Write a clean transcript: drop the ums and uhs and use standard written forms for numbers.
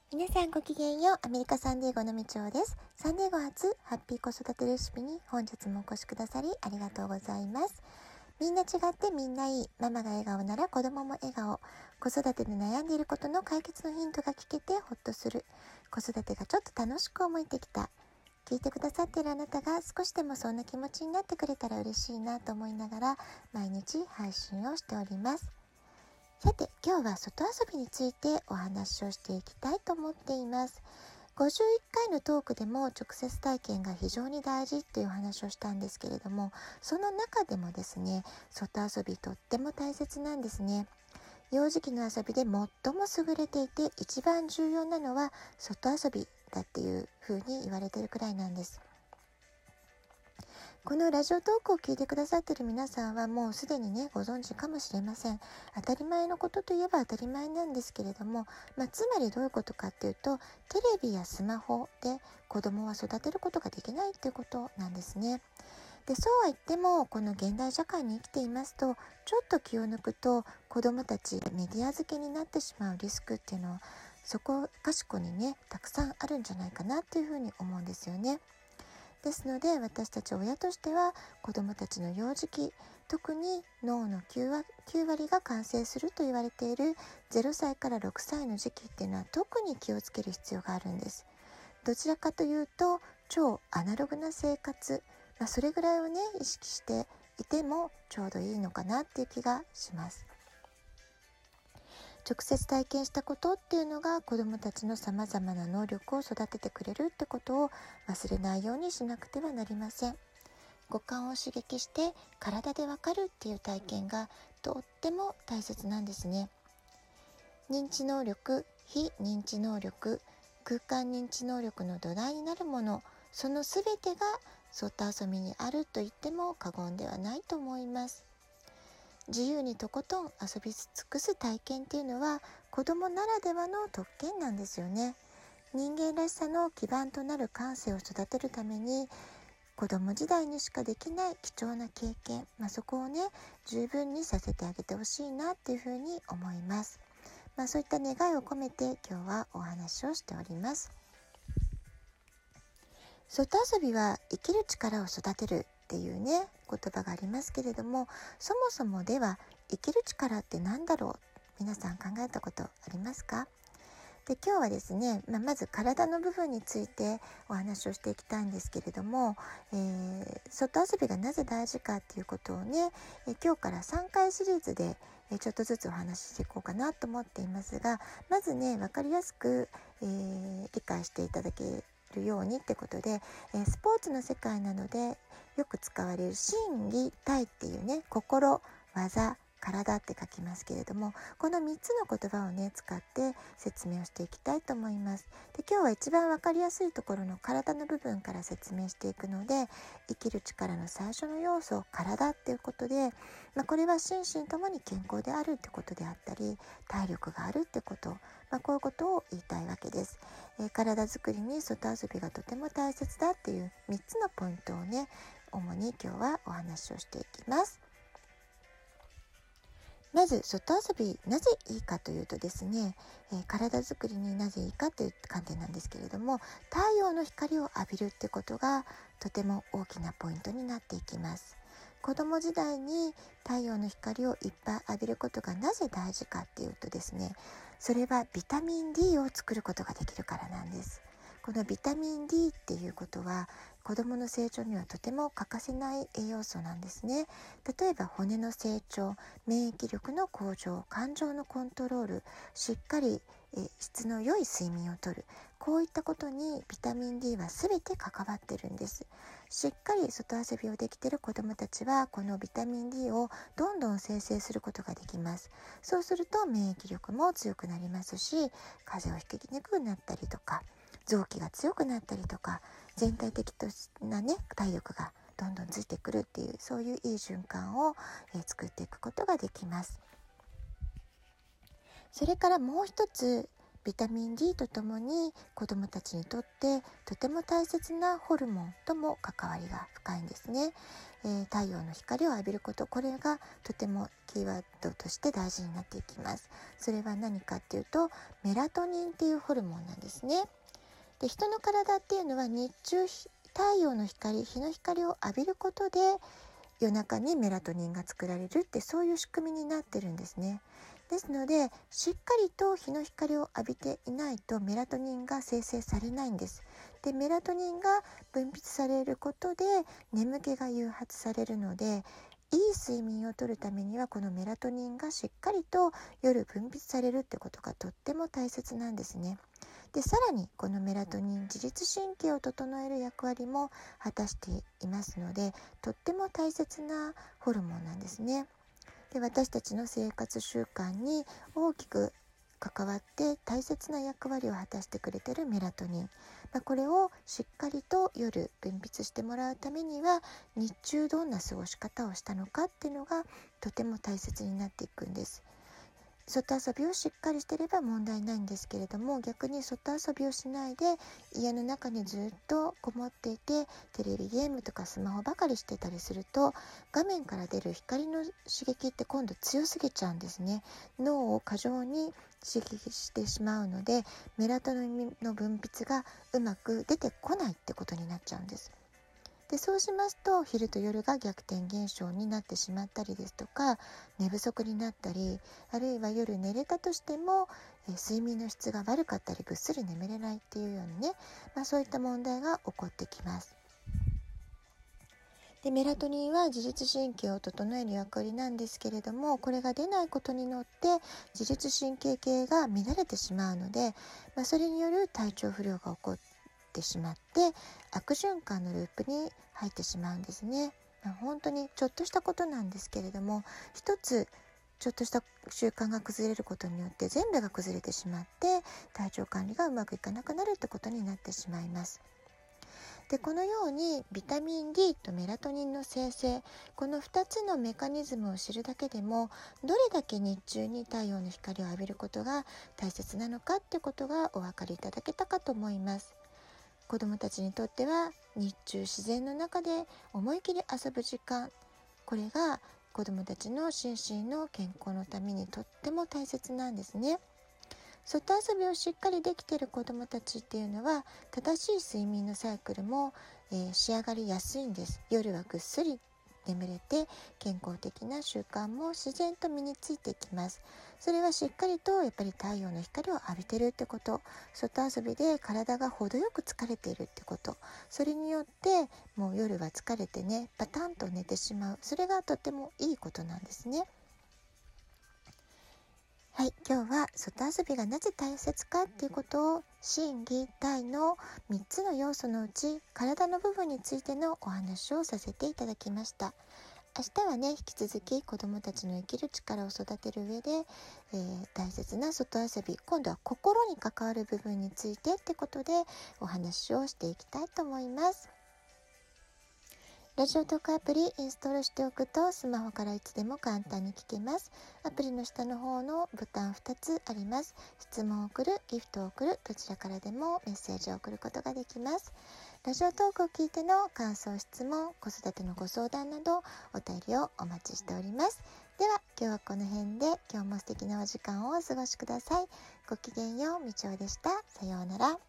皆さんごきげんよう。アメリカサンディエゴのみちおです。サンディエゴ初ハッピー子育てレシピに本日もお越しくださりありがとうございます。みんな違ってみんないい。ママが笑顔なら子供も笑顔。子育てで悩んでいることの解決のヒントが聞けてほっとする。子育てがちょっと楽しく思えてきた。聞いてくださっているあなたが少しでもそんな気持ちになってくれたら嬉しいなと思いながら毎日配信をしております。さて、今日は外遊びについてお話をしていきたいと思っています。51回のトークでも直接体験が非常に大事っていう話をしたんですけれども、その中でもですね、外遊びとっても大切なんですね。幼児期の遊びで最も優れていて一番重要なのは外遊びだっていう風に言われているくらいなんです。このラジオトークを聞いてくださっている皆さんはもうすでにねご存知かもしれません。当たり前のことといえば当たり前なんですけれども、つまりどういうことかっていうと、テレビやスマホで子供は育てることができないっていうことなんですね。で、そうは言ってもこの現代社会に生きていますと、ちょっと気を抜くと子供たちメディア付けになってしまうリスクっていうのはそこかしこにねたくさんあるんじゃないかなっていうふうに思うんですよね。ですので私たち親としては子どもたちの幼児期、特に脳の9割が完成すると言われている0歳から6歳の時期っていうのは特に気をつける必要があるんです。どちらかというと超アナログな生活、それぐらいをね意識していてもちょうどいいのかなっていう気がします。直接体験したことっていうのが子どもたちのさまざまな能力を育ててくれるってことを忘れないようにしなくてはなりません。五感を刺激して体でわかるっていう体験がとっても大切なんですね。認知能力、非認知能力、空間認知能力の土台になるもの、そのすべてが外遊びにあると言っても過言ではないと思います。自由にとことん遊び尽くす体験っていうのは子供ならではの特権なんですよね。人間らしさの基盤となる感性を育てるために子供時代にしかできない貴重な経験、そこをね十分にさせてあげてほしいなっていうふうに思います。そういった願いを込めて今日はお話をしております。外遊びは生きる力を育てるっていうね言葉がありますけれども、そもそもでは生きる力って何だろう、皆さん考えたことありますか？で、今日はですね、まず体の部分についてお話をしていきたいんですけれども、外遊びがなぜ大事かっていうことをね、今日から3回シリーズでちょっとずつお話ししていこうかなと思っていますが、まずね分かりやすく、理解していただけるようにってことで、スポーツの世界なのでよく使われる心技体っていうね、心、技、体って書きますけれども、この3つの言葉をね使って説明をしていきたいと思います。で、今日は一番わかりやすいところの体の部分から説明していくので、生きる力の最初の要素体っていうことで、これは心身ともに健康であるってことであったり体力があるってこと、こういうことを言いたいわけです。体づくりに外遊びがとても大切だっていう3つのポイントをね主に今日はお話をしていきます。まず外遊びなぜいいかというとですね、体づくりになぜいいかという観点なんですけれども、太陽の光を浴びるってことがとても大きなポイントになっていきます。子供時代に太陽の光をいっぱい浴びることがなぜ大事かっていうとですね、それはビタミン D を作ることができるからなんです。このビタミン D っていうことは子どもの成長にはとても欠かせない栄養素なんですね。例えば骨の成長、免疫力の向上、感情のコントロール、しっかり質の良い睡眠をとる、こういったことにビタミン D は全て関わってるんです。しっかり外遊びをできている子どもたちはこのビタミン D をどんどん生成することができます。そうすると免疫力も強くなりますし、風邪をひきにくくなったりとか、臓器が強くなったりとか、全体的なね体力がどんどんついてくるっていう、そういういい循環を、作っていくことができます。それからもう一つ、 ビタミン D とともに子どもたちにとってとても大切なホルモンとも関わりが深いんですね。太陽の光を浴びること、これがとてもキーワードとして大事になっていきます。それは何かっていうと、メラトニンっていうホルモンなんですね。で、人の体っていうのは日中太陽の光、日の光を浴びることで夜中にメラトニンが作られるって、そういう仕組みになってるんですね。ですので、しっかりと日の光を浴びていないとメラトニンが生成されないんです。で、メラトニンが分泌されることで眠気が誘発されるので、いい睡眠をとるためにはこのメラトニンがしっかりと夜分泌されるってことがとっても大切なんですね。で、さらにこのメラトニン、自律神経を整える役割も果たしていますので、とっても大切なホルモンなんですね。で、私たちの生活習慣に大きく関わって大切な役割を果たしてくれているメラトニン、これをしっかりと夜分泌してもらうためには、日中どんな過ごし方をしたのかっていうのがとても大切になっていくんです。外遊びをしっかりしていれば問題ないんですけれども、逆に外遊びをしないで家の中にずっとこもっていてテレビゲームとかスマホばかりしてたりすると、画面から出る光の刺激って今度強すぎちゃうんですね。脳を過剰に刺激してしまうので、メラトニンの分泌がうまく出てこないってことになっちゃうんです。で、そうしますと昼と夜が逆転現象になってしまったりですとか、寝不足になったり、あるいは夜寝れたとしても睡眠の質が悪かったりぐっすり眠れないっていうようにね、そういった問題が起こってきます。で、メラトニンは自律神経を整える役割なんですけれども、これが出ないことによって自律神経系が乱れてしまうので、それによる体調不良が起こってしまって悪循環のループに入ってしまうんですね。本当にちょっとしたことなんですけれども、一つちょっとした習慣が崩れることによって全部が崩れてしまって体調管理がうまくいかなくなるってことになってしまいます。で、このようにビタミン D とメラトニンの生成、この2つのメカニズムを知るだけでも、どれだけ日中に太陽の光を浴びることが大切なのかってことがお分かりいただけたかと思います。子どもたちにとっては日中自然の中で思い切り遊ぶ時間、これが子どもたちの心身の健康のためにとっても大切なんですね。外遊びをしっかりできている子どもたちっていうのは正しい睡眠のサイクルも、仕上がりやすいんです。夜はぐっすり眠れて健康的な習慣も自然と身についてきます。それはしっかりとやっぱり太陽の光を浴びてるってこと、外遊びで体が程よく疲れているってこと、それによってもう夜は疲れてね、パタンと寝てしまう、それがとてもいいことなんですね。はい、今日は外遊びがなぜ大切かっていうことを心技体の3つの要素のうち体の部分についてのお話をさせていただきました。明日はね、引き続き子どもたちの生きる力を育てる上で、大切な外遊び、今度は心に関わる部分についてってことでお話をしていきたいと思います。ラジオトークアプリインストールしておくとスマホからいつでも簡単に聞けます。アプリの下の方のボタン2つあります。質問を送る、ギフトを送る、どちらからでもメッセージを送ることができます。ラジオトークを聞いての感想、質問、子育てのご相談などお便りをお待ちしております。では今日はこの辺で、今日も素敵なお時間をお過ごしください。ごきげんよう、みちおでした。さようなら。